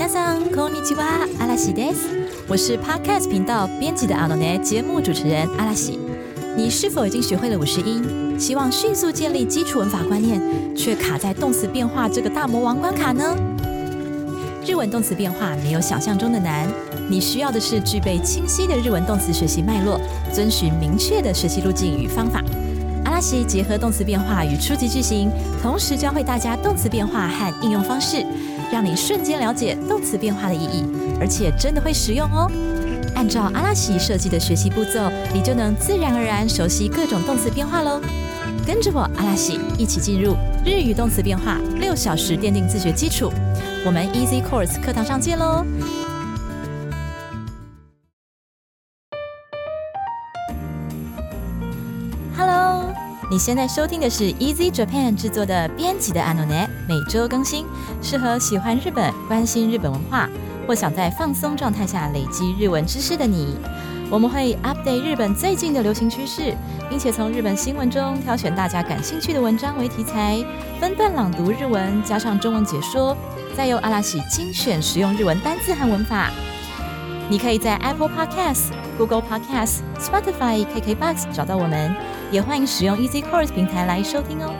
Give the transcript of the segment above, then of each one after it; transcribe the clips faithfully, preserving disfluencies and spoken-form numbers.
さんこんにちは、嵐です。我是 Podcast 频道编辑的阿诺内节目主持人阿拉西。你是否已经学会了五十音？希望迅速建立基础文法观念，却卡在动词变化这个大魔王关卡呢？日文动词变化没有想象中的难，你需要的是具备清晰的日文动词学习脉络，遵循明确的学习路径与方法。阿拉西结合动词变化与初级句型，同时教会大家动词变化和应用方式，让你瞬间了解动词变化的意义，而且真的会实用哦。按照阿拉西设计的学习步骤，你就能自然而然熟悉各种动词变化咯。跟着我阿拉西一起进入日语动词变化六小时奠定自学基础。我们 Easy Course 课堂上见咯。Hello， 你现在收听的是 Easy Japan 制作的编辑的 Anone， 每周更新，适合喜欢日本、关心日本文化，或想在放松状态下累积日文知识的你。我们会 update 日本最近的流行趋势，并且从日本新闻中挑选大家感兴趣的文章为题材，分段朗读日文，加上中文解说，再由阿拉西精选实用日文单字和文法。你可以在 Apple Podcasts、Google Podcasts、Spotify、K K B O X 找到我们，也欢迎使用 Easy Course 平台来收听哦。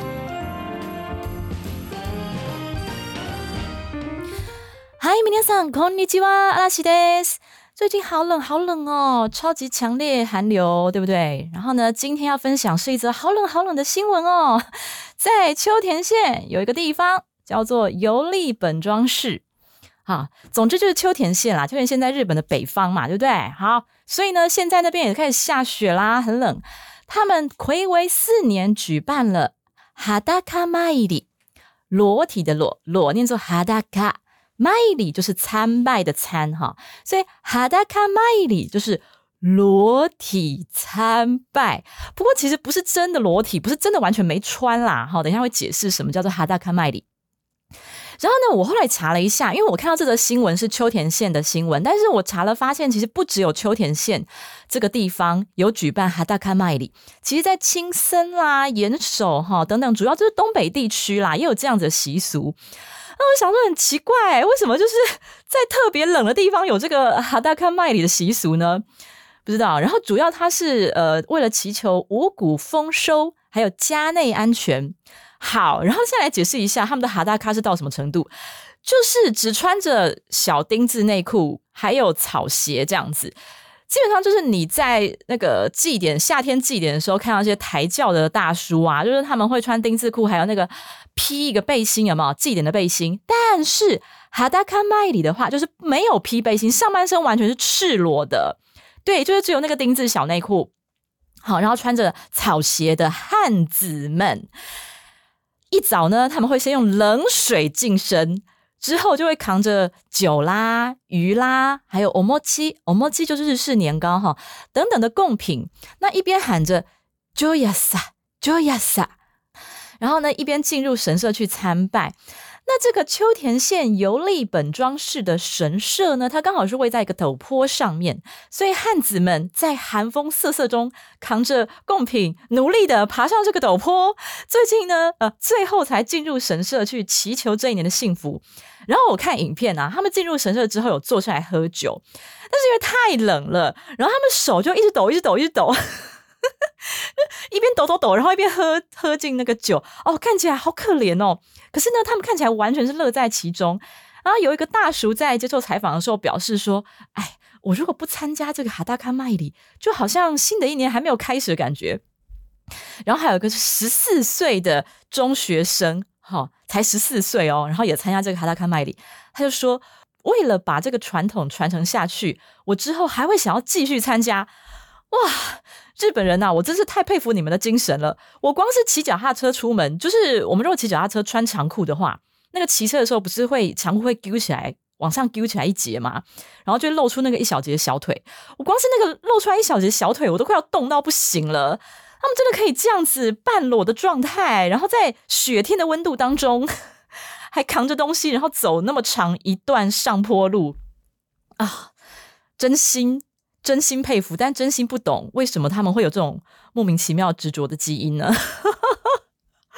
嗨，皆さんこんにちは、阿拉西です。最近好冷好冷哦，超级强烈寒流，对不对？然后呢，今天要分享是一则好冷好冷的新闻哦。在秋田县有一个地方叫做游历本庄市。好，总之就是秋田县啦，秋田县在日本的北方嘛，对不对？好，所以呢，现在那边也开始下雪啦，很冷。他们睽违四年举办了裸参り，裸体的裸，裸念作裸，参り就是参拜的参哈，所以裸参り就是裸体参拜。不过其实不是真的裸体，不是真的完全没穿啦。好，等一下会解释什么叫做裸参り。然后呢，我后来查了一下，因为我看到这则新闻是秋田县的新闻，但是我查了发现，其实不只有秋田县这个地方有举办裸参り，其实在青森啦、岩手哈等等，主要就是东北地区啦，也有这样子的习俗。那我想说很奇怪，为什么就是在特别冷的地方有这个裸参り的习俗呢？不知道。然后主要它是呃为了祈求五谷丰收，还有家内安全。好，然后现在来解释一下他们的裸是到什么程度，就是只穿着小丁字内裤还有草鞋这样子。基本上就是你在那个祭典夏天祭典的时候看到一些抬轿的大叔啊，就是他们会穿丁字裤还有那个披一个背心，有没有祭典的背心？但是裸参り的话就是没有披背心，上半身完全是赤裸的，对，就是只有那个丁字小内裤。好，然后穿着草鞋的汉子们一早呢，他们会先用冷水净身，之后就会扛着酒啦、鱼啦，还有おもち，おもち就是日式年糕哈，等等的贡品。那一边喊着 Joyasa Joyasa， 然后呢，一边进入神社去参拜。那这个秋田县游历本庄市的神社呢，它刚好是位在一个陡坡上面，所以汉子们在寒风瑟瑟中扛着贡品，努力的爬上这个陡坡。最近呢，呃，最后才进入神社去祈求这一年的幸福。然后我看影片啊，他们进入神社之后有坐下来喝酒，但是因为太冷了，然后他们手就一直抖，一直抖，一直抖。一边抖抖抖，然后一边喝喝进那个酒，哦，看起来好可怜哦。可是呢，他们看起来完全是乐在其中。然后有一个大叔在接受采访的时候表示说：“哎，我如果不参加这个裸参り，就好像新的一年还没有开始的感觉。”然后还有一个十四岁的中学生，哈、哦，才十四岁哦，然后也参加这个裸参り，他就说：“为了把这个传统传承下去，我之后还会想要继续参加。”哇，日本人啊，我真是太佩服你们的精神了。我光是骑脚踏车出门，就是我们如果骑脚踏车穿长裤的话，那个骑车的时候不是会长裤会揪起来，往上揪起来一截嘛，然后就露出那个一小截小腿。我光是那个露出来一小截小腿，我都快要冻到不行了。他们真的可以这样子半裸的状态，然后在雪天的温度当中还扛着东西，然后走那么长一段上坡路啊，真心真心佩服，但真心不懂为什么他们会有这种莫名其妙执着的基因呢？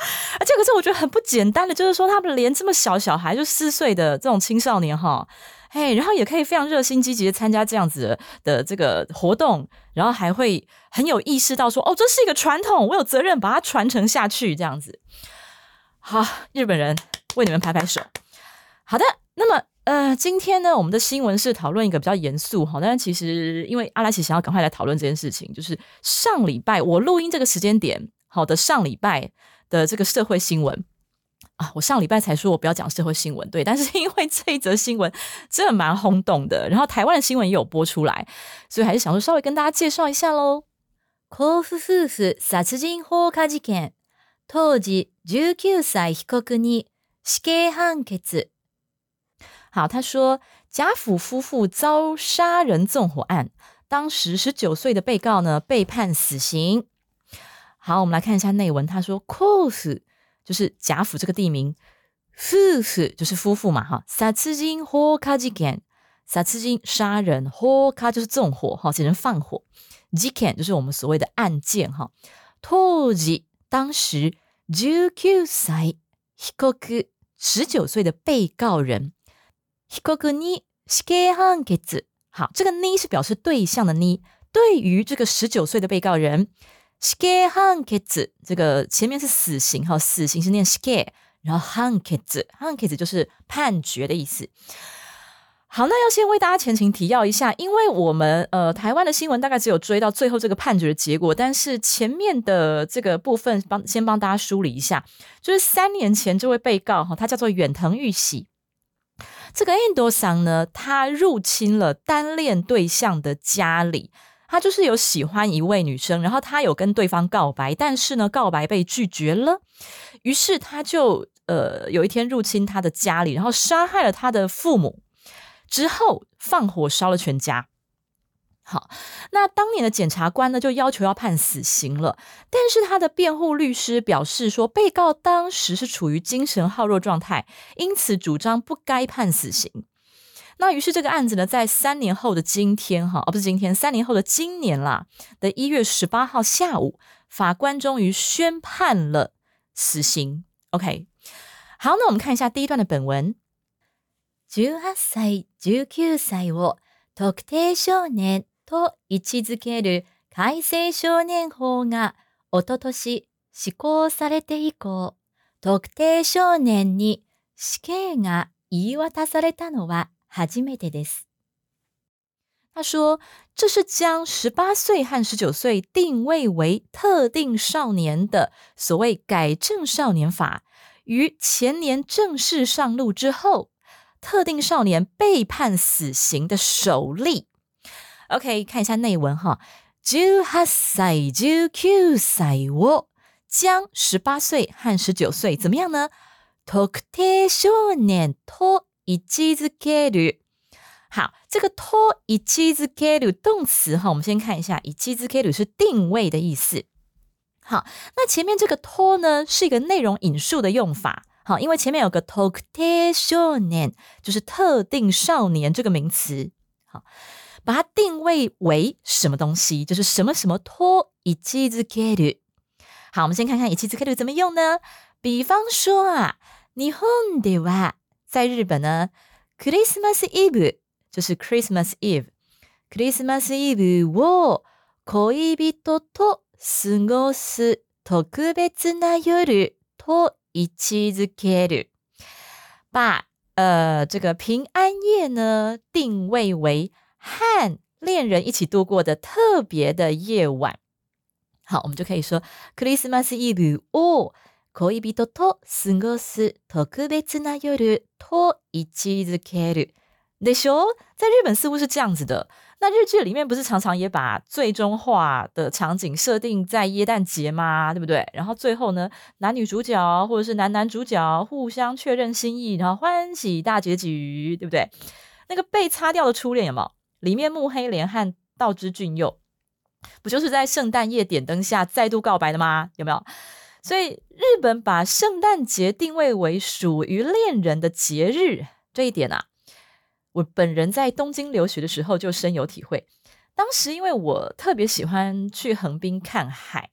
而且可是我觉得很不简单的，就是说他们连这么小小孩就四岁的这种青少年哈，嘿，然后也可以非常热心积极的参加这样子 的, 的这个活动，然后还会很有意识到说，哦，这是一个传统，我有责任把它传承下去，这样子。好，日本人为你们拍拍手。好的，那么呃，今天呢，我们的新闻是讨论一个比较严肃哈，但是其实因为阿拉奇想要赶快来讨论这件事情，就是上礼拜我录音这个时间点好的上礼拜的这个社会新闻啊，我上礼拜才说我不要讲社会新闻，对，但是因为这一则新闻真的蛮轰动的，然后台湾的新闻也有播出来，所以还是想说稍微跟大家介绍一下咯。甲府夫婦殺人放火事件、当時じゅうきゅうさい被告に死刑判決。好，他说甲府夫妇遭杀人纵火案，当时十九岁的被告呢被判死刑。好，我们来看一下内文。他说甲府就是甲府这个地名，夫婦就是夫婦嘛，哈，殺人放火事件，殺人杀人，放火就是纵火，哈，写成放火。事件就是我们所谓的案件，哈。当時当时じゅうきゅうさい被告十九岁的被告人。被告に死刑判決。好，这个に是表示对象的に，对于这个十九岁的被告人，死刑判決，这个前面是死刑，好，死刑是念死刑，然后判決，判決就是判决的意思。好，那要先为大家前情提要一下，因为我们呃台湾的新闻大概只有追到最后这个判决的结果，但是前面的这个部分帮先帮大家梳理一下，就是三年前这位被告他叫做远藤裕喜。这个印度桑呢，他入侵了单恋对象的家里，他就是有喜欢一位女生，然后他有跟对方告白，但是呢告白被拒绝了，于是他就呃有一天入侵他的家里，然后杀害了他的父母，之后放火烧了全家。好，那当年的检察官呢就要求要判死刑了，但是他的辩护律师表示说，被告当时是处于精神耗弱状态，因此主张不该判死刑。那于是这个案子呢，在三年后的今天哈，哦不是今天，三年后的今年啦的一月十八号下午，法官终于宣判了死刑。OK， 好，那我们看一下第一段的本文。じゅうはっさい、じゅうきゅうさいを特定少年と位置づける改正少年法がおととし施行されて以降、特定少年に死刑が言い渡されたのは初めてです。他说，这是将十八岁和十九岁定位为特定少年的所谓改正少年法，于前年正式上路之后，特定少年被判死刑的首例。OK， 看一下内文哈。じゅうはっさい、じゅうきゅうさいを将十八岁和十九岁怎么样呢？特定少年と位置づける。好，这个と位置づける动词哈，我们先看一下，位置づける是定位的意思。好，那前面这个と呢是一个内容引述的用法。好，因为前面有个特定少年，就是特定少年这个名词。好，把它定位为什么东西，就是什么什么と位置づける。好，我们先看看位置づける怎么用呢？比方说啊，日本では在日本呢，クリスマスイブ就是 Christmas Eve， クリスマスイブを恋人と過ごす特別な夜と位置づける。把呃这个平安夜呢定位为和恋人一起度过的特別的夜晚。好，我们就可以说クリスマスイブを恋人と過ごす特別な夜と位置づける。でしょ？在日本似乎是这样子的。那日剧里面不是常常也把最终化的场景设定在耶诞节吗？对不对？然后最后呢，男女主角或者是男男主角互相确认心意，然后欢喜大结局，对不对？那个被擦掉的初恋有没有？里面木黑莲和道之俊佑不就是在圣诞夜点灯下再度告白的吗？有没有？所以日本把圣诞节定位为属于恋人的节日，这一点啊，我本人在东京留学的时候就深有体会。当时因为我特别喜欢去横滨看海，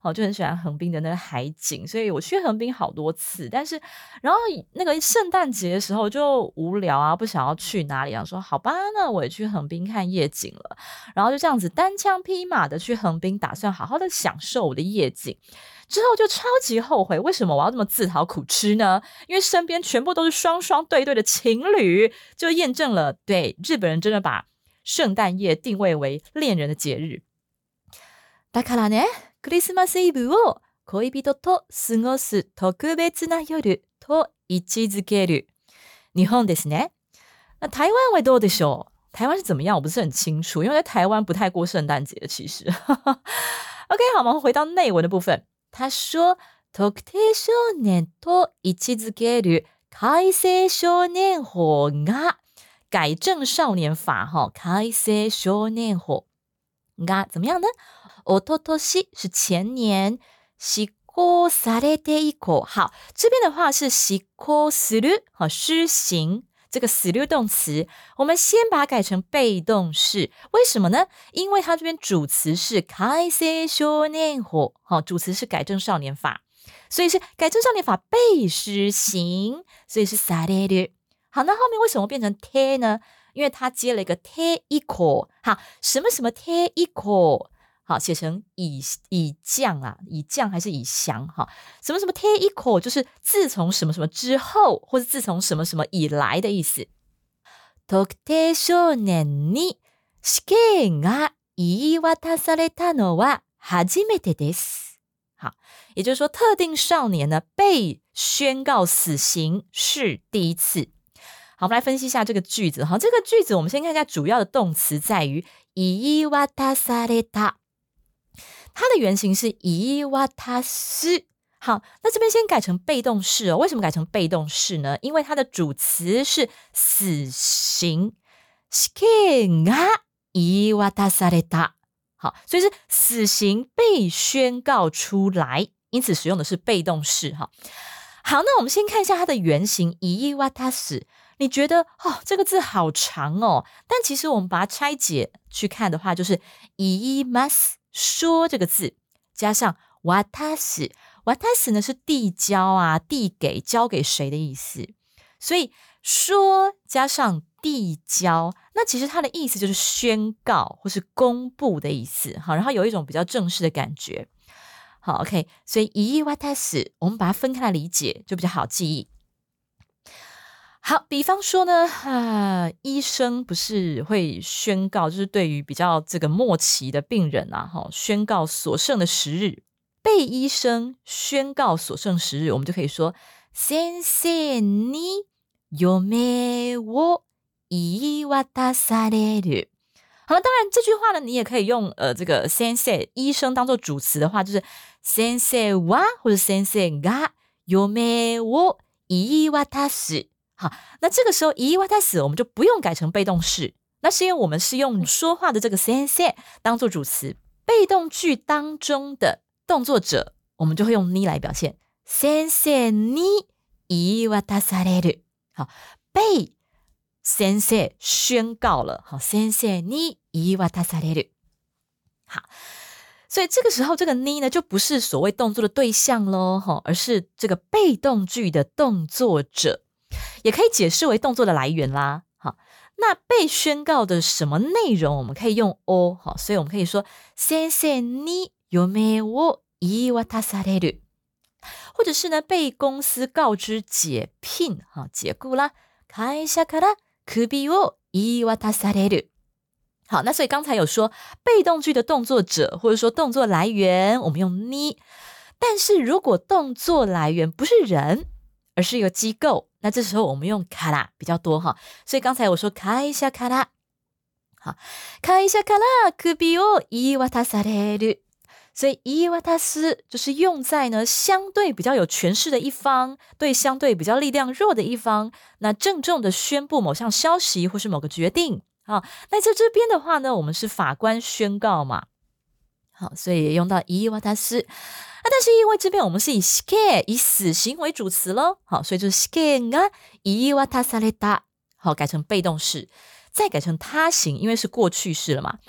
好，就很喜欢横滨的那个海景，所以我去横滨好多次。但是，然后那个圣诞节的时候就无聊啊，不想要去哪里啊，说好吧，那我也去横滨看夜景了。然后就这样子单枪匹马的去横滨，打算好好的享受我的夜景。之后就超级后悔，为什么我要这么自讨苦吃呢？因为身边全部都是双双对对的情侣，就验证了对日本人真的把圣诞夜定位为恋人的节日。だからね、クリスマスイブを恋人と過ごす特別な夜と位置づける。日本ですね。那台湾はどうでしょう？台湾是怎么样？我不是很清楚，因为在台湾不太过圣诞节其实。OK， 好，我们回到内文的部分。他说特定少年と位置づける改正少年法が改正少年法哈，改正少年法が怎么样呢？おととし是前年，施行されて以降，好，这边的话是施行する，好，施行。这个する动词，我们先把它改成被动式，为什么呢？因为它这边主词是改正少年法，好，主詞是改正少年法，所以是改正少年法被施行，所以是される。好，那后面为什么变成て呢？因为它接了一个て以降，好，什么什么て以降，好，写成以以降啊，以降还是以降哈？什么什么て以降就是自从什么什么之后，或是自从什么什么以来的意思。特定少年に死刑が言い渡されたのは初めてです。好，也就是说，特定少年呢被宣告死刑是第一次。好，我们来分析一下这个句子哈。这个句子我们先看一下主要的动词在于言い渡された。它的原型是言い渡す。好，那这边先改成被动式哦。为什么改成被动式呢？因为它的主词是死刑，死刑が言い渡された。好，所以是死刑被宣告出来，因此使用的是被动式哈。好，那我们先看一下它的原型言い渡す。你觉得哦这个字好长哦，但其实我们把它拆解去看的话，就是言います说这个字加上渡す，渡す呢是递交啊，递给交给谁的意思，所以说加上递交，那其实它的意思就是宣告或是公布的意思，好，然后有一种比较正式的感觉。好 ，OK， 所以言い渡す我们把它分开来理解就比较好记忆。好，比方说呢，啊，医生不是会宣告，就是对于比较这个末期的病人啊，哈，宣告所剩的时日。被医生宣告所剩时日，我们就可以说先生に嫁を言い渡される。好了，当然这句话呢，你也可以用呃这个先生医生当做主词的话，就是先生は或者先生が嫁を言い渡す。好，那这个时候言い渡す我们就不用改成被动式，那是因为我们是用说话的这个先生当做主词，被动句当中的动作者我们就会用に来表现，先生に言い渡される。好，被先生宣告了，好，先生に言い渡される。好，所以这个时候这个に呢就不是所谓动作的对象咯，而是这个被动句的动作者，也可以解释为动作的来源啦。好，那被宣告的什么内容我们可以用を，好，所以我们可以说先生に嫁を言い渡される，或者是呢被公司告知解聘，好，解雇啦，会社から首を言い渡される。好，那所以刚才有说被动句的动作者或者说动作来源我们用に，但是如果动作来源不是人而是一个机构，那这时候我们用から比较多哈。所以刚才我说会社から，好，会社から首を言い渡される。所以言い渡す就是用在呢相对比较有权势的一方对相对比较力量弱的一方，那郑重的宣布某项消息或是某个决定。好，那在这边的话呢，我们是法官宣告嘛，好，所以也用到言い渡す。那但是因为这边我们是以死刑以死刑为主词咯，好，所以就是死刑が言い渡された，好，改成被动式，再改成他刑，因为是过去式了嘛。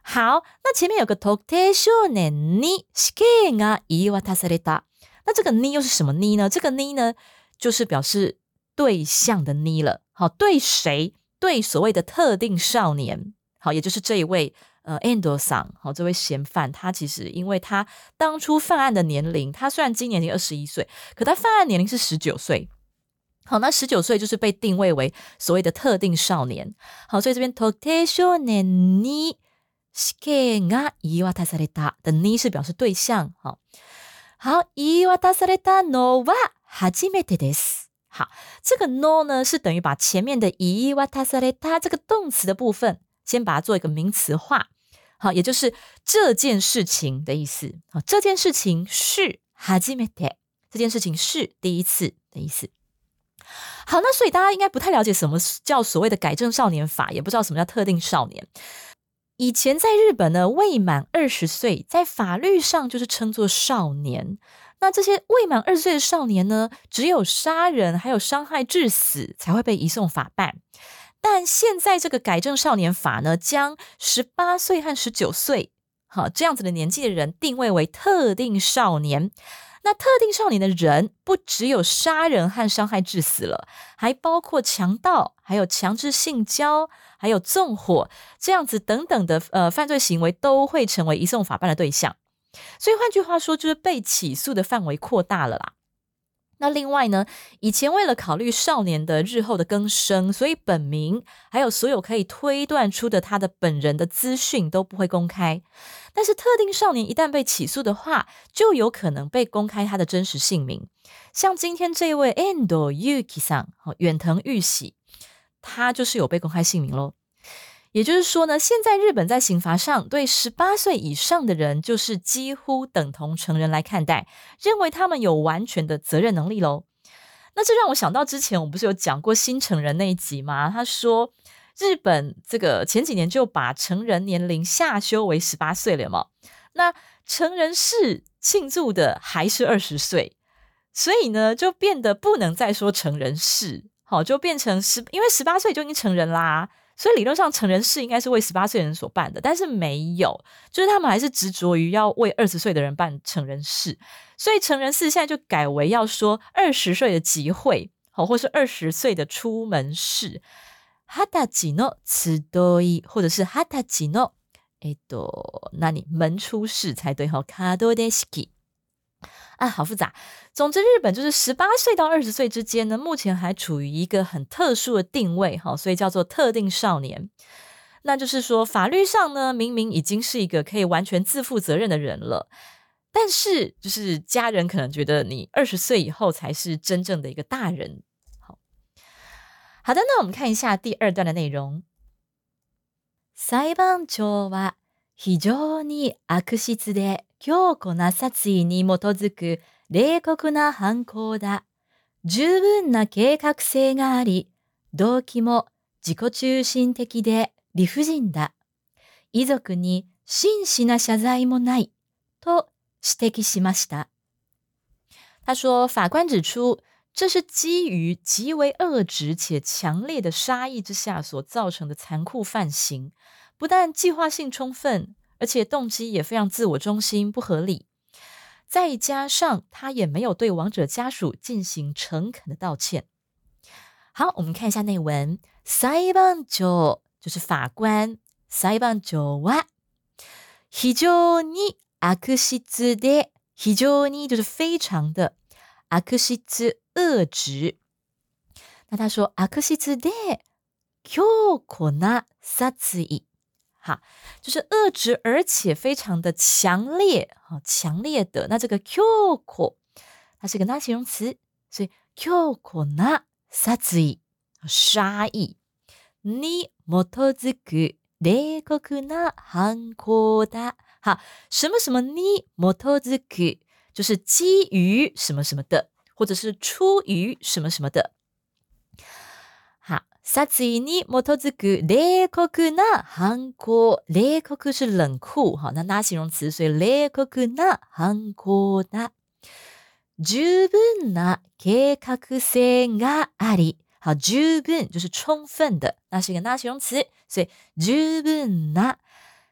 好，那前面有个特定少年に死刑が言い渡された，那这个に又是什么に呢？这个に呢，就是表示对象的に了。好，对谁？对所谓的特定少年。好，也就是这一位呃 Endo さん，好，这位嫌犯，他其实因为他当初犯案的年龄，他虽然今年已经二十一岁，可他犯案年龄是十九岁。好，那十九岁就是被定位为所谓的特定少年。好，所以这边特定少年に死刑が言い渡された的に是表示对象。好，好，言い渡されたのは初めてです。好，这个 no 呢是等于把前面的言い渡された这个动词的部分先把它做一个名词化。好，也就是这件事情的意思。好，这件事情是初めて，这件事情是第一次的意思。好，那所以大家应该不太了解什么叫所谓的改正少年法，也不知道什么叫特定少年。以前在日本呢，未满二十岁在法律上就是称作少年。那这些未满二十岁的少年呢，只有杀人还有伤害致死才会被移送法办。但现在这个改正少年法呢，将十八岁和十九岁好这样子的年纪的人定位为特定少年。那特定少年的人不只有杀人和伤害致死了，还包括强盗，还有强制性交，还有纵火这样子等等的呃犯罪行为都会成为移送法办的对象。所以换句话说，就是被起诉的范围扩大了啦。那另外呢，以前为了考虑少年的日后的更生，所以本名还有所有可以推断出的他的本人的资讯都不会公开。但是特定少年一旦被起诉的话，就有可能被公开他的真实姓名。像今天这位 Endo Yuki さん远藤裕喜，他就是有被公开姓名咯。也就是说呢，现在日本在刑罚上对十八岁以上的人就是几乎等同成人来看待，认为他们有完全的责任能力咯。那这让我想到之前我们不是有讲过新成人那一集吗？他说日本这个前几年就把成人年龄下修为十八岁了嘛，那成人式庆祝的还是二十岁，所以呢就变得不能再说成人式，好，就变成十，因为十八岁就已经成人啦，所以理论上成人式应该是为十八岁人所办的，但是没有，就是他们还是执着于要为二十岁的人办成人式，所以成人式现在就改为要说二十岁的集会，好，或是二十岁的出门式。二十歳の集い，或者是二十歳のえっと那你门出式才对哈，門出式啊，好复杂。总之，日本就是十八岁到二十岁之间呢，目前还处于一个很特殊的定位哈，所以叫做特定少年。那就是说，法律上呢，明明已经是一个可以完全自负责任的人了，但是就是家人可能觉得你二十岁以后才是真正的一个大人。好的，那我们看一下第二段的内容。裁判長は非常に悪質で強固な殺意に基づく冷酷な犯行だ。十分な計画性があり、動機も自己中心的で理不尽だ。遺族に真摯な謝罪もないと指摘しました。他说，法官指出，这是基于极为恶质且强烈的杀意之下所造成的残酷犯行，不但计划性充分，而且动机也非常自我中心不合理，再加上他也没有对亡者家属进行诚恳的道歉。好，我们看一下内文。裁判長就是法官，裁判長は非常に悪質で，非常に就是非常的，悪質恶質。那他说悪質で強固な殺意，好，就是恶质而且非常的强烈，好，强烈的。那这个強固它是一个那形容词，所以強固な殺意，杀意に基づく冷酷な犯行だ。好，什么什么に基づく就是基于什么什么的，或者是出于什么什么的。好，殺意に基づく冷酷な犯行，冷酷是冷酷，好，那那形容词，所以冷酷な犯行だ。十分な計画性があり，好，十分就是充分的，那是一个那形容词，所以十分な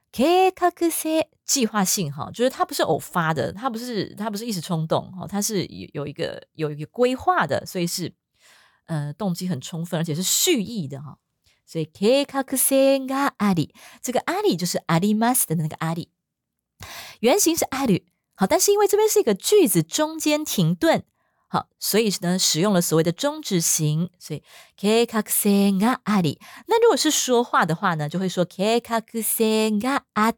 計画性计划性哈，就是它不是偶发的，它不是它不是一时衝動哈，它是有有一个有一个规划的，所以是呃动机很充分，而且是蓄意的哈。所以計画性があり，这个あり就是あります的那个あり，原型是ある。好，但是因为这边是一个句子中間停頓，好，所以呢使用了所谓的中止型，所以計画性があり。那如果是说话的话呢，就会说計画性があって。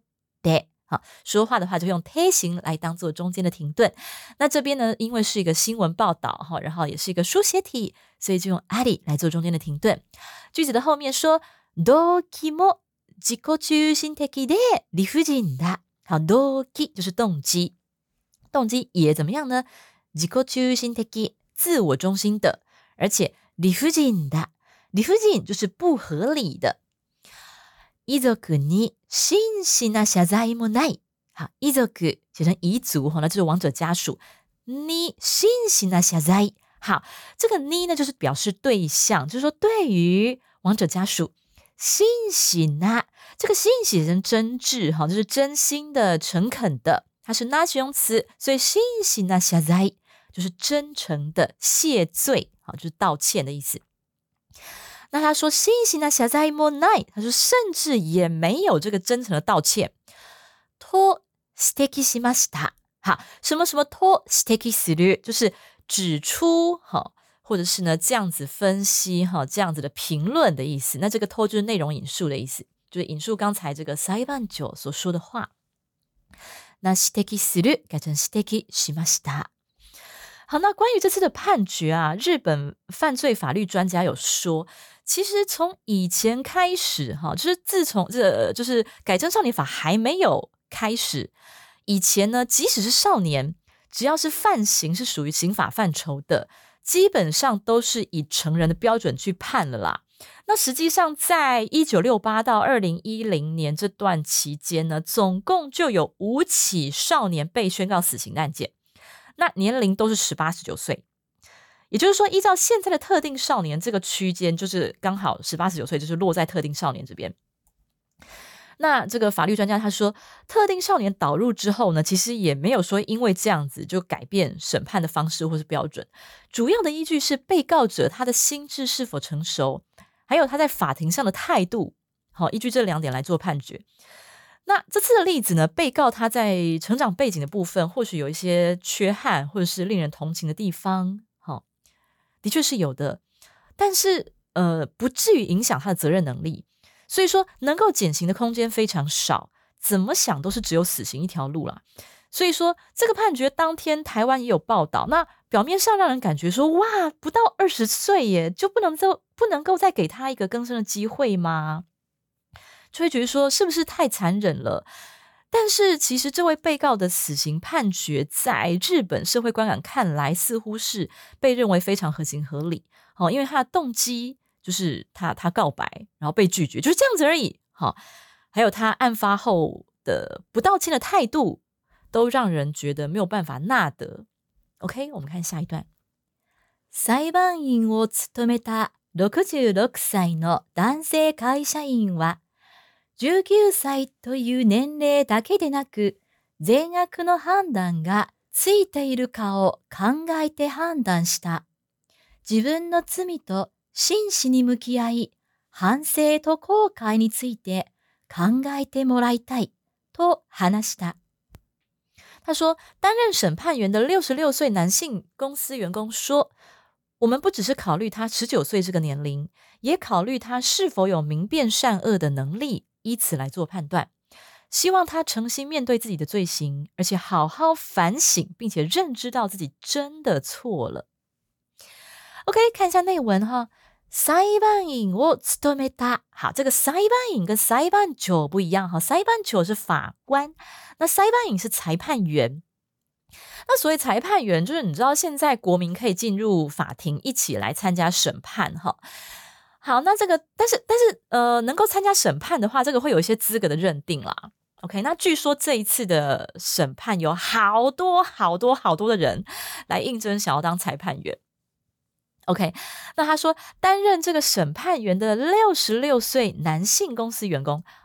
好，说话的话就用定型来当做中间的停頓。那这边呢，因为是一个新闻报道，然后也是一个书写体，所以就用あり来做中间的停頓。句子的后面说動機も自己中心的で理不尽だ。好，動機就是动机，动机也怎么样呢？自己中心的，自我中心的，而且理不尽だ，理不尽就是不合理的。遺族に真摯な謝罪もない。好，遺族写成遺族，那就是亡者家属。に真摯な謝罪。好，这个に呢就是表示对象，就是说对于亡者家属。真摯な，这个真写成真挚，就是真心的、诚恳的，它是那形容詞，所以真摯な謝罪就是真诚的谢罪，就是道歉的意思。那他说真摯な謝罪もない，他说甚至也没有这个真诚的道歉。と指摘しました。好，什么什么と指摘する就是指出，或者是呢这样子分析，这样子的评论的意思。那这个と就是内容引述的意思，就是引述刚才这个裁判長所说的话。那指摘する改成指摘しました。好，那关于这次的判决啊，日本犯罪法律专家有说，其实从以前开始哈，就是自从这就是改正少年法还没有开始以前呢，即使是少年，只要是犯刑是属于刑法范畴的，基本上都是以成人的标准去判了啦。那实际上在一九六八到二零一零年这段期间呢，总共就有五起少年被宣告死刑的案件，那年龄都是十八、十九岁。也就是说，依照现在的特定少年这个区间，就是刚好十八、十九岁，就是落在特定少年这边。那这个法律专家他说，特定少年导入之后呢，其实也没有说因为这样子就改变审判的方式或是标准，主要的依据是被告者他的心智是否成熟，还有他在法庭上的态度，好，依据这两点来做判决。那这次的例子呢，被告他在成长背景的部分或许有一些缺憾，或者是令人同情的地方，好，的确是有的，但是呃，不至于影响他的责任能力。所以说能够减刑的空间非常少，怎么想都是只有死刑一条路啦。所以说这个判决当天台湾也有报道，那表面上让人感觉说，哇，不到二十岁耶，就不能够不能够再给他一个更生的机会吗？就会觉得说是不是太残忍了。但是其实这位被告的死刑判决在日本社会观感看来似乎是被认为非常合情合理，因为他的动机就是他他告白然后被拒绝，就是这样子而已。好，还有他案发后的不道歉的态度，都让人觉得没有办法纳得。OK， 我们看下一段。裁判員を務めたろくじゅうろくさいの男性会社員は、じゅうきゅうさいという年齢だけでなく、善悪の判断がついているかを考えて判断した。自分の罪と真摯に向き合い、反省と後悔について考えてもらいたいと話した。他说，担任审判员的六十六岁男性公司员工说，我们不只是考虑他十九岁这个年龄，也考虑他是否有明辨善恶的能力，依此来做判断。希望他诚心面对自己的罪行，而且好好反省，并且认知到自己真的错了。OK， 看一下内文哈。裁判員を務めた。好，这个裁判員跟裁判長不一样哈。裁判長是法官，那裁判員是裁判员。那所谓裁判员，就是你知道现在国民可以进入法庭一起来参加审判哈。好，那这个但是但是呃，能够参加审判的话，这个会有一些资格的认定啦。OK， 那据说这一次的审判有好多好多好多的人来应征，想要当裁判员。OK， 那他说担任这个审判员的六十六岁男性公司员工，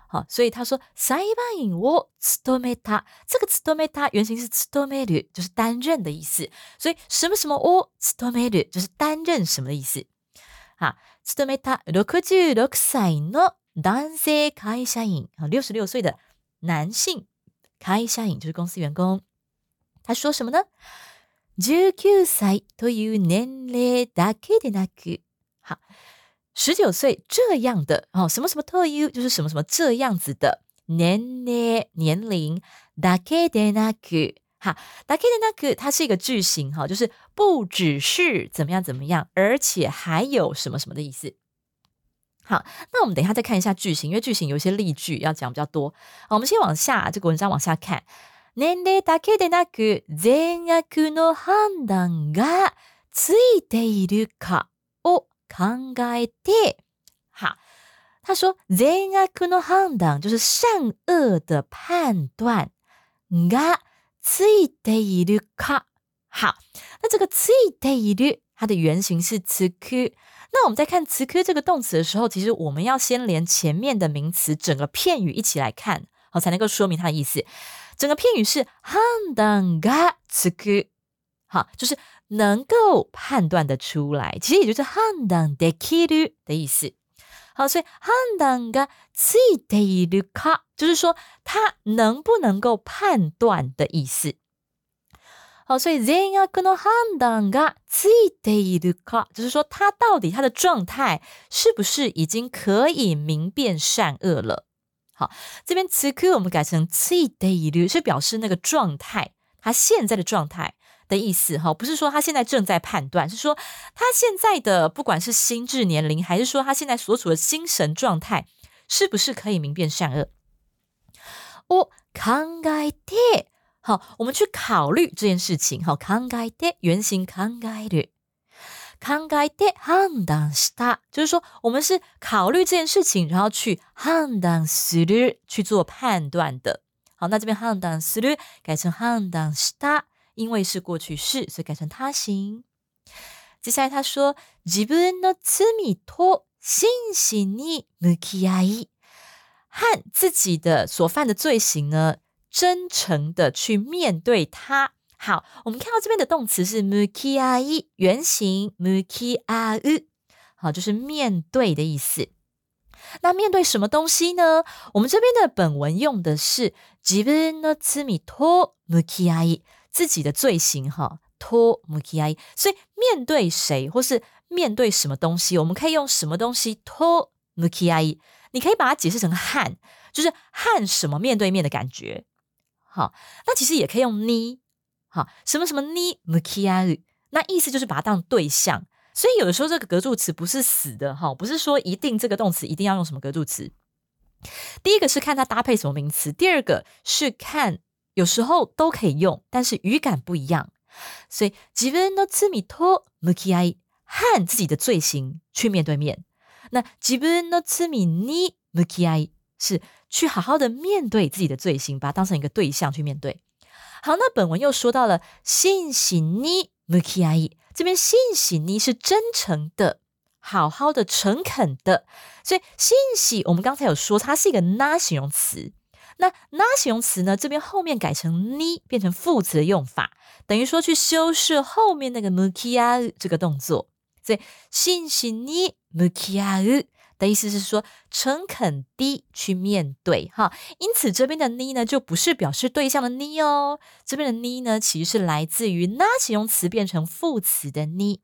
好，所以他说裁判員を務めた，这个務めた原型是務める，就是担任的意思。所以什么什么を務める就是担任什么的意思。好，務めたろくじゅうろくさいの男性会社員，六十六岁的男性会社員就是公司员工。他说什么呢？じゅうきゅうさいという年齢だけでなく，好。十九岁这样的、哦、什么什么という就是什么什么这样子的年齢年齡だけでなく，好，だけでなく它是一个句型、哦、就是不只是怎么样怎么样，而且还有什么什么的意思。好，那我们等一下再看一下句型，因为句型有一些例句要讲比较多。好，我们先往下这个文章往下看。年齢だけでなく善悪の判断がついているかを考えて，好，他说善悪の判断就是善恶的判断がついているか。好，那这个ついている它的原型是つく。那我们在看つく这个动词的时候，其实我们要先连前面的名词整个片语一起来看，好，才能够说明它的意思。整个片语是判断がつく，好，就是能够判断的出来，其实也就是判断できる的意思。好，所以判断がついているか就是说他能不能够判断的意思。好，所以善悪の判断がついているか就是说他到底他的状态是不是已经可以明辨善恶了。好，这边つく我们改成ついている是表示那个状态，他现在的状态的意思，不是说他现在正在判断，是说他现在的不管是心智年龄还是说他现在所处的精神状態是不是可以明辨善恶。を考えて，好，我们去考虑这件事情，好，考えて原型考える，考えて判断した，就是说我们是考虑这件事情，然后去判断する去做判断的。好，那这边判断する改成判断した。因为是过去式，所以改成他形。接下来他说自分の罪と真摯に向き合い，和自己的所犯的罪行呢，真诚的去面对它。好，我们看到这边的动词是向き合い，原型向き合う，好，就是面对的意思。那面对什么东西呢？我们这边的本文用的是自分の罪と向き合い，自己的罪行哈，と向き合い，所以面对谁或是面对什么东西，我们可以用什么东西と向き合い，你可以把它解释成和，就是和什么面对面的感觉。好，那其实也可以用に，好，什么什么に向き合う，那意思就是把它当对象。所以有的时候这个格助词不是死的，不是说一定这个动词一定要用什么格助词。第一个是看它搭配什么名词，第二个是看有时候都可以用，但是语感不一样。所以自分の罪と向き合い，和自己的罪行去面对面。那自分の罪に向き合い是去好好的面对自己的罪行，把它当成一个对象去面对。好，那本文又说到了真摯に向き合い，这边真摯に是真诚的，好好的诚恳的，所以真摯我们刚才有说它是一个な形容词，那な形容词呢这边后面改成に变成副词的用法，等于说去修饰后面那个向き合う这个動作，所以真摯に向き合う的意思是说诚恳地去面对哈，因此这边的に呢就不是表示对象的に哦，这边的に呢其实是来自于な形容词变成副词的に。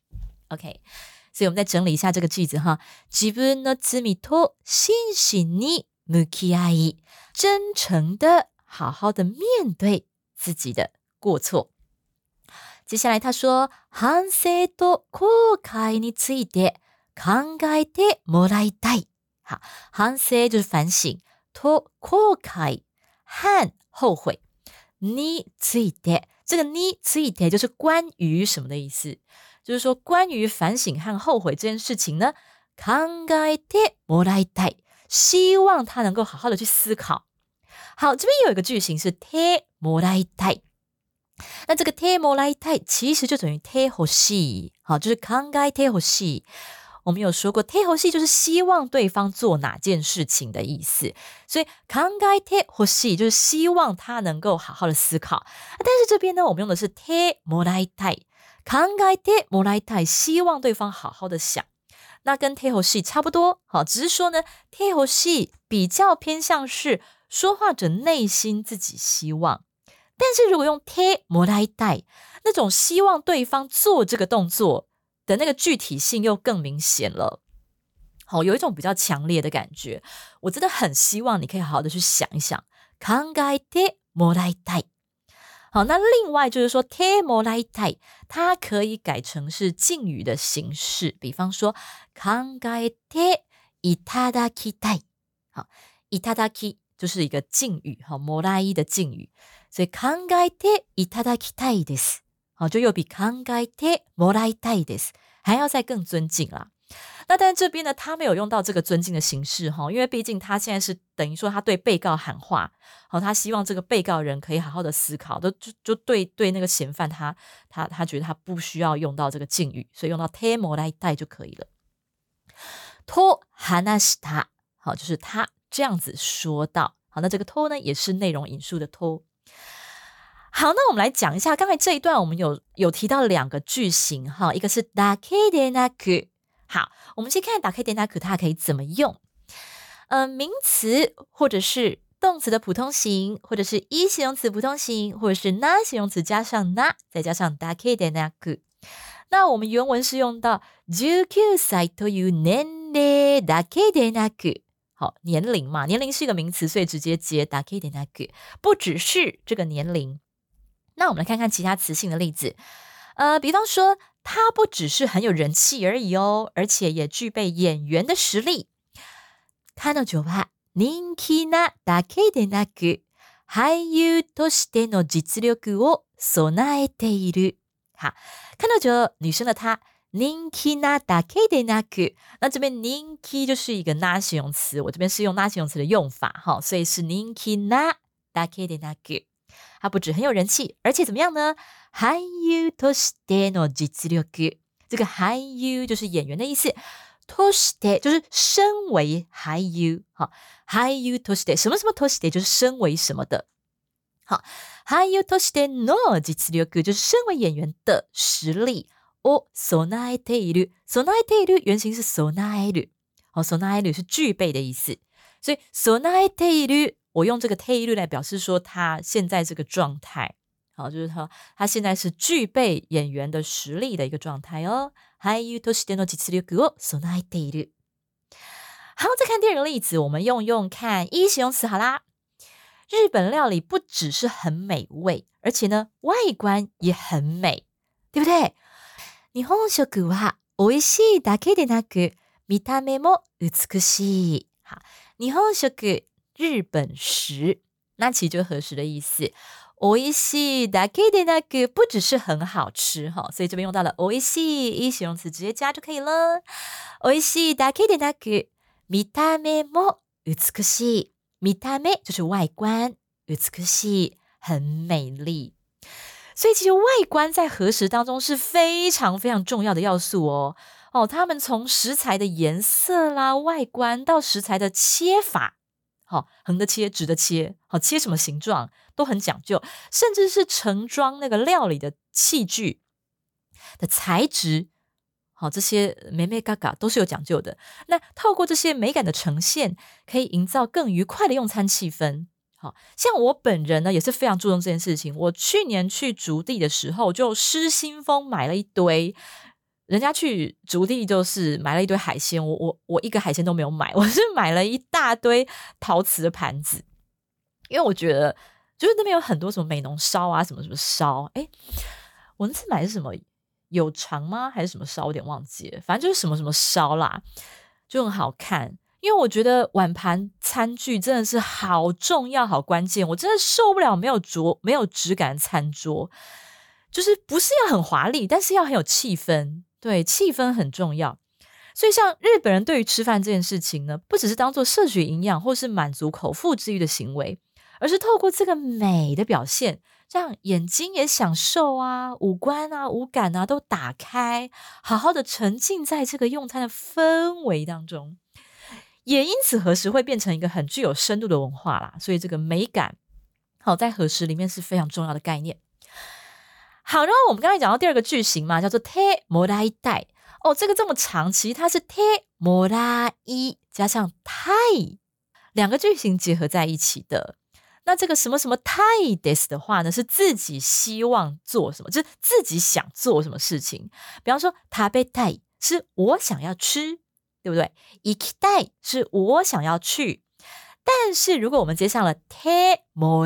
OK， 所以我们再整理一下这个句子哈，自分の罪と真摯に向き合い，真诚的好好的面对自己的过错。接下来他说反省と後悔について考えてもらいたい。好，反省就是反省，と後悔和后悔，について这个について就是关于什么的意思，就是说关于反省和后悔这件事情呢，考えてもらいたい，希望他能够好好的去思考。好，这边有一个句型是てもらいたい，那这个てもらいたい其实就等于てほしい，好，就是考えてほしい。 我们有说过てほしい就是希望对方做哪件事情的意思，所以考えてほしい就是希望他能够好好的思考。但是这边呢，我们用的是てもらいたい，考えてもらいたい，希望对方好好的想。那跟てほしい差不多，好，只是说呢，てほしい比较偏向是说话者内心自己希望。但是如果用てもらいたい，那种希望对方做这个动作的那个具体性又更明显了。好，有一种比较强烈的感觉。我真的很希望你可以好好的去想一想，考えてもらいたい。好，那另外就是说てもらいたい，它可以改成是敬语的形式，比方说考えていただきたい。好，いただき就是一个敬语，好，もらい的敬语，所以考えていただきたいです。好，就又比考えてもらいたいです还要再更尊敬啦。那但是这边呢，他没有用到这个尊敬的形式哈，因为毕竟他现在是等于说他对被告喊话，好，他希望这个被告人可以好好的思考，就就就对对那个嫌犯他他他觉得他不需要用到这个敬语，所以用到てもらいたい就可以了。と話した，好，就是他这样子说到，好，那这个と呢也是内容引述的と。好，那我们来讲一下，刚才这一段我们有有提到两个句型哈，一个是だけでなく。好，我们先看だけでなく它可以怎么用。呃，名词或者是动词的普通型，或者是一形容词普通型，或者是な形容词加上な，再加上だけでなく。那我们原文是用到じゅうきゅうさいという年齢だけでなく。好，年龄嘛，年龄是一个名词，所以直接接だけでなく，不只是这个年龄。那我们来看看其他词性的例子，呃，比方说，他不只是很有人气而已哦，而且也具备演員的实力。彼女は人気なだけでなく、俳優としての実力を備えている。好，彼女女生的她。人気なだけでなく，那这边人気就是一个な形容词，我这边是用な形容词的用法哈，所以是人気なだけでなく。他不止很有人气，而且怎么样呢？俳優としての実力，这个俳優就是演员的意思，として就是身为俳優，好，俳優として什么什么として就是身为什么的，好，俳優としての実力就是身为演员的实力。を備えている，備えている原型是備える，好，備える是具备的意思，所以備えている，我用这个ている来表示说他现在这个状态，好，就是他他现在是具备演员的实力的一个状态哦。俳優としての実力を備えている。好，再看第二个例子，我们用用看一形容词好啦。日本料理不只是很美味，而且呢外观也很美，对不对？日本食は美味しいだけでなく、見た目も美しい。好，日本食日本食，那其实就是和食的意思。美味しいだけでなく，不只是很好吃哈，所以这边用到了美味しい一形容词直接加就可以了。美味しいだけでなく、見た目も美しい。見た目就是外观，美しい很美丽。所以其实外观在和食当中是非常非常重要的要素哦。哦，他们从食材的颜色啦、外观到食材的切法，好、哦，横的切、直的切，好、哦，切什么形状都很讲究，甚至是盛装那个料理的器具的材质，好、哦，这些美美嘎嘎都是有讲究的。那透过这些美感的呈现，可以营造更愉快的用餐气氛。好，像我本人呢也是非常注重这件事情。我去年去竹地的时候，就失心疯买了一堆。人家去竹地就是买了一堆海鲜，我我我一个海鲜都没有买，我是买了一大堆陶瓷的盘子，因为我觉得就是那边有很多什么美浓烧啊，什么什么烧，哎，我那次买的是什么有肠吗？还是什么烧？我有点忘记了，反正就是什么什么烧啦，就很好看。因为我觉得碗盘餐具真的是好重要好关键，我真的受不了没有桌没有质感的餐桌，就是不是要很华丽，但是要很有气氛，对，气氛很重要。所以像日本人对于吃饭这件事情呢，不只是当做摄取营养或是满足口腹之欲的行为， 而是透过这个美的表现，让眼睛也享受啊，五官啊、五感啊都打开，好好的沉浸在这个用餐的氛围当中。也因此和食会变成一个很具有深度的文化啦，所以这个美感好在和食里面是非常重要的概念。好，然后我们刚才讲到第二个句型嘛，叫做 te morai 哦，这个这么长，其实它是 te morai 加上 tai 两个句型结合在一起的。那这个什么什么 tai des 的话呢，是自己希望做什么，就是自己想做什么事情。比方说 tabetai 是我想要吃，对不对？ ikitai 是我想要去。但是如果我们接上了 te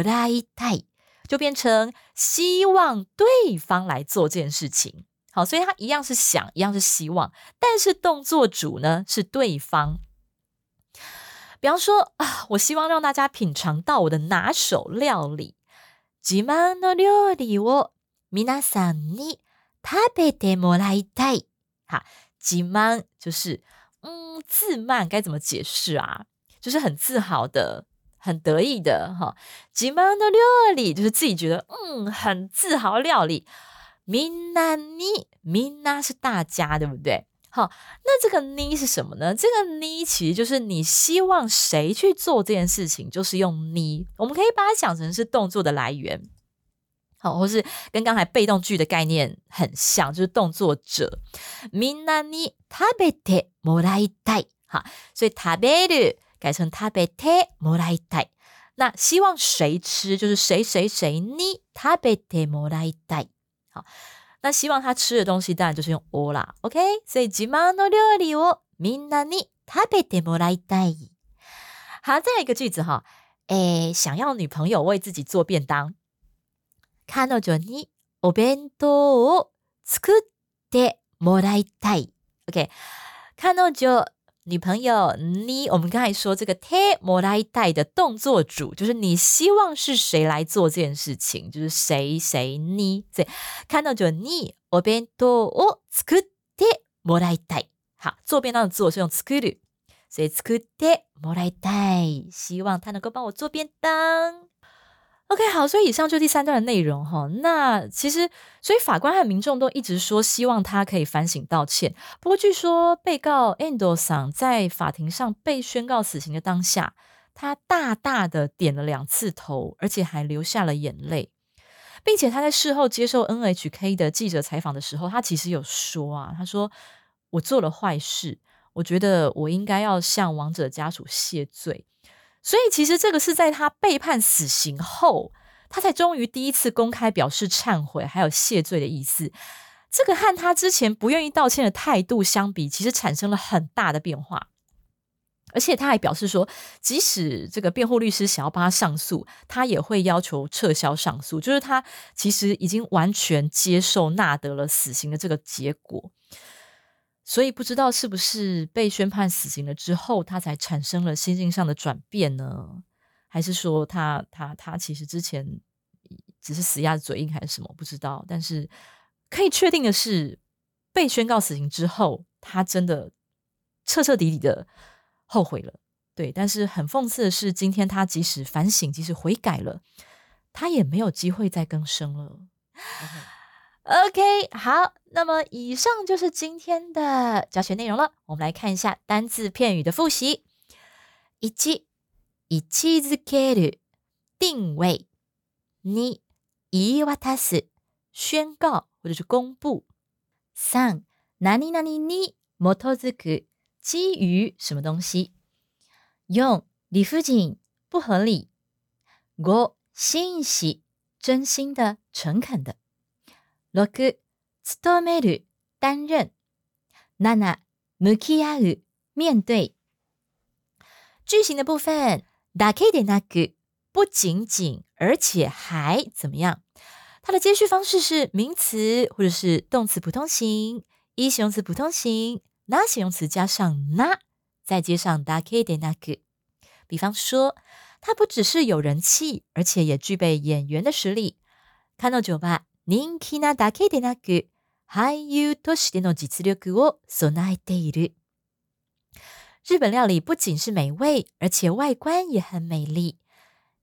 morai 就变成希望对方来做这件事情。好，所以它一样是想，一样是希望，但是动作主呢是对方。比方说啊，我希望让大家品尝到我的拿手料理。自慢の料理を皆さんに食べてもらいたい。好，自慢就是嗯，自慢该怎么解释啊？就是很自豪的。很得意的哈，自慢の料理就是自己觉得嗯很自豪料理。みんなにみんな是大家，对不对？好，那这个に是什么呢？这个に其实就是你希望谁去做这件事情，就是用に。我们可以把它想成是动作的来源，好，或是跟刚才被动句的概念很像，就是动作者。みんなに食べてもらいたい。好，所以食べる改成食べてもらいたい。那希望谁吃，就是谁谁谁に食べてもらいたい。好，那希望他吃的东西当然就是用お啦 ，OK？ 所以自慢の料理をみんなに食べてもらいたい。好，再来一个句子哈，诶，想要女朋友为自己做便当。彼女にお弁当を作ってもらいたい。OK？ 彼女女朋友你，我們剛才說這個てもらいたい的動作主，就是你希望是誰來做這件事情，就是誰誰你。所以彼女にお弁当を作ってもらいたい。好，做便當的做是用作る，所以作ってもらいたい，希望他能夠幫我做便當。OK， 好，所以以上就第三段的内容哈。那其实，所以法官和民众都一直说希望他可以反省道歉。不过，据说被告 Endo 桑在法庭上被宣告死刑的当下，他大大的点了两次头，而且还流下了眼泪，并且他在事后接受 N H K 的记者采访的时候，他其实有说啊，他说我做了坏事，我觉得我应该要向亡者家属谢罪。所以其实这个是在他被判死刑后，他才终于第一次公开表示忏悔还有谢罪的意思。这个和他之前不愿意道歉的态度相比，其实产生了很大的变化。而且他还表示说，即使这个辩护律师想要帮他上诉，他也会要求撤销上诉，就是他其实已经完全接受纳得了死刑的这个结果。所以不知道是不是被宣判死刑了之后，他才产生了心境上的转变呢？还是说他他他其实之前只是死鸭子嘴硬还是什么？不知道。但是可以确定的是，被宣告死刑之后，他真的彻彻底底的后悔了。对，但是很讽刺的是，今天他即使反省，即使悔改了，他也没有机会再更生了。OK， 好，那么以上就是今天的教学内容了。我们来看一下单字片语的复习。一、位置づける、定位。二、言い渡す、宣告或者是公布。三、何々に基づく、基于什么东西。四、理不尽、不合理。五、真摯、真心的、诚恳的。六、務める、担任。七、向き合う、面对。句型的部分，だけでなく，不仅仅，而且还怎么样？它的接续方式是名词或者是动词普通形，一形容词普通形，那形容詞加上那，再接上だけでなく。比方说，他不只是有人气，而且也具备演员的实力。彼女は人気なだけでなく、俳優としての実力を備えている。日本料理不仅是美味，而且外观也很美丽。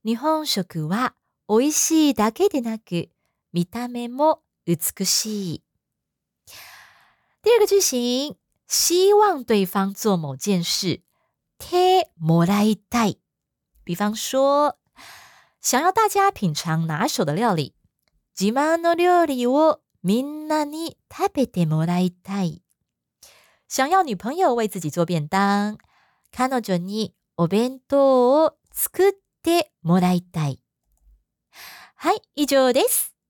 日本食は美味しいだけでなく、見た目も美しい。第二个句型，希望对方做某件事，手もらいたい。比方说，想要大家品尝拿手的料理，自慢の料理をみんなに食べてもらいたい。想要女朋友为自己做便当，彼女にお弁当を作ってもらいたい。はい、以上です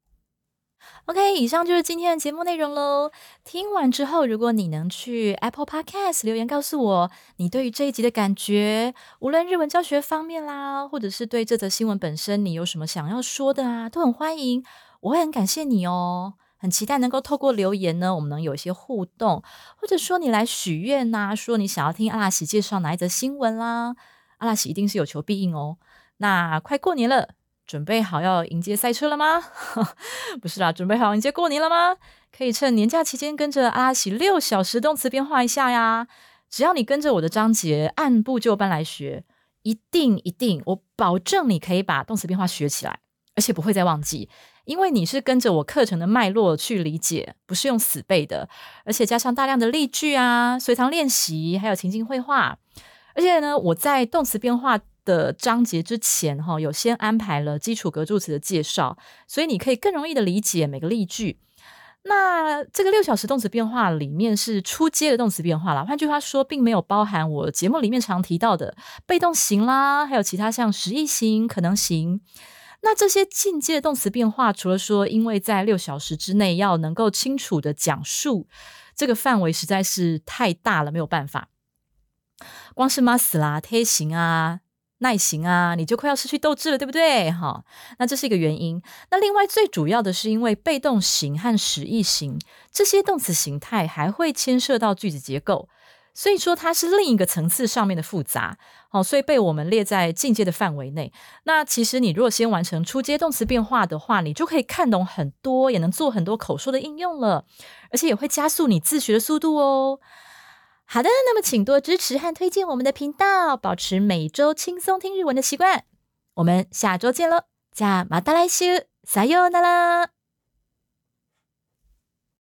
。OK， 以上就是今天的节目内容咯。听完之后，如果你能去 Apple Podcast 留言告诉我你对于这一集的感觉，无论日文教学方面啦，或者是对这则新闻本身你有什么想要说的啊，都很欢迎，我会很感谢你哦。很期待能够透过留言呢，我们能有一些互动，或者说你来许愿啊，说你想要听阿拉喜介绍哪一则新闻啦，阿拉喜一定是有求必应哦。那快过年了，准备好要迎接赛车了吗？不是啦，准备好迎接过年了吗？可以趁年假期间跟着阿拉喜六小时动词变化一下呀。只要你跟着我的章节按部就班来学，一定一定，我保证你可以把动词变化学起来，而且不会再忘记，因为你是跟着我课程的脉络去理解，不是用死背的，而且加上大量的例句啊、随堂练习，还有情境绘画。而且呢，我在动词变化的章节之前有先安排了基础格助词的介绍，所以你可以更容易的理解每个例句。那这个六小时动词变化里面是初阶的动词变化啦，换句话说，并没有包含我节目里面常提到的被动型啦，还有其他像实义型、可能型。那这些进阶的动词变化，除了说因为在六小时之内要能够清楚的讲述，这个范围实在是太大了，没有办法。光是 must 啦、贴型啊、耐型啊，你就快要失去斗志了，对不对？好，那这是一个原因。那另外最主要的是因为被动型和实义型这些动词形态还会牵涉到句子结构，所以说它是另一个层次上面的复杂，好，所以被我们列在进阶的范围内。那其实你如果先完成初阶动词变化的话，你就可以看懂很多，也能做很多口说的应用了，而且也会加速你自学的速度哦。好的，那么请多支持和推荐我们的频道，保持每周轻松听日文的习惯。我们下周见咯，じゃあまた来週。さようなら。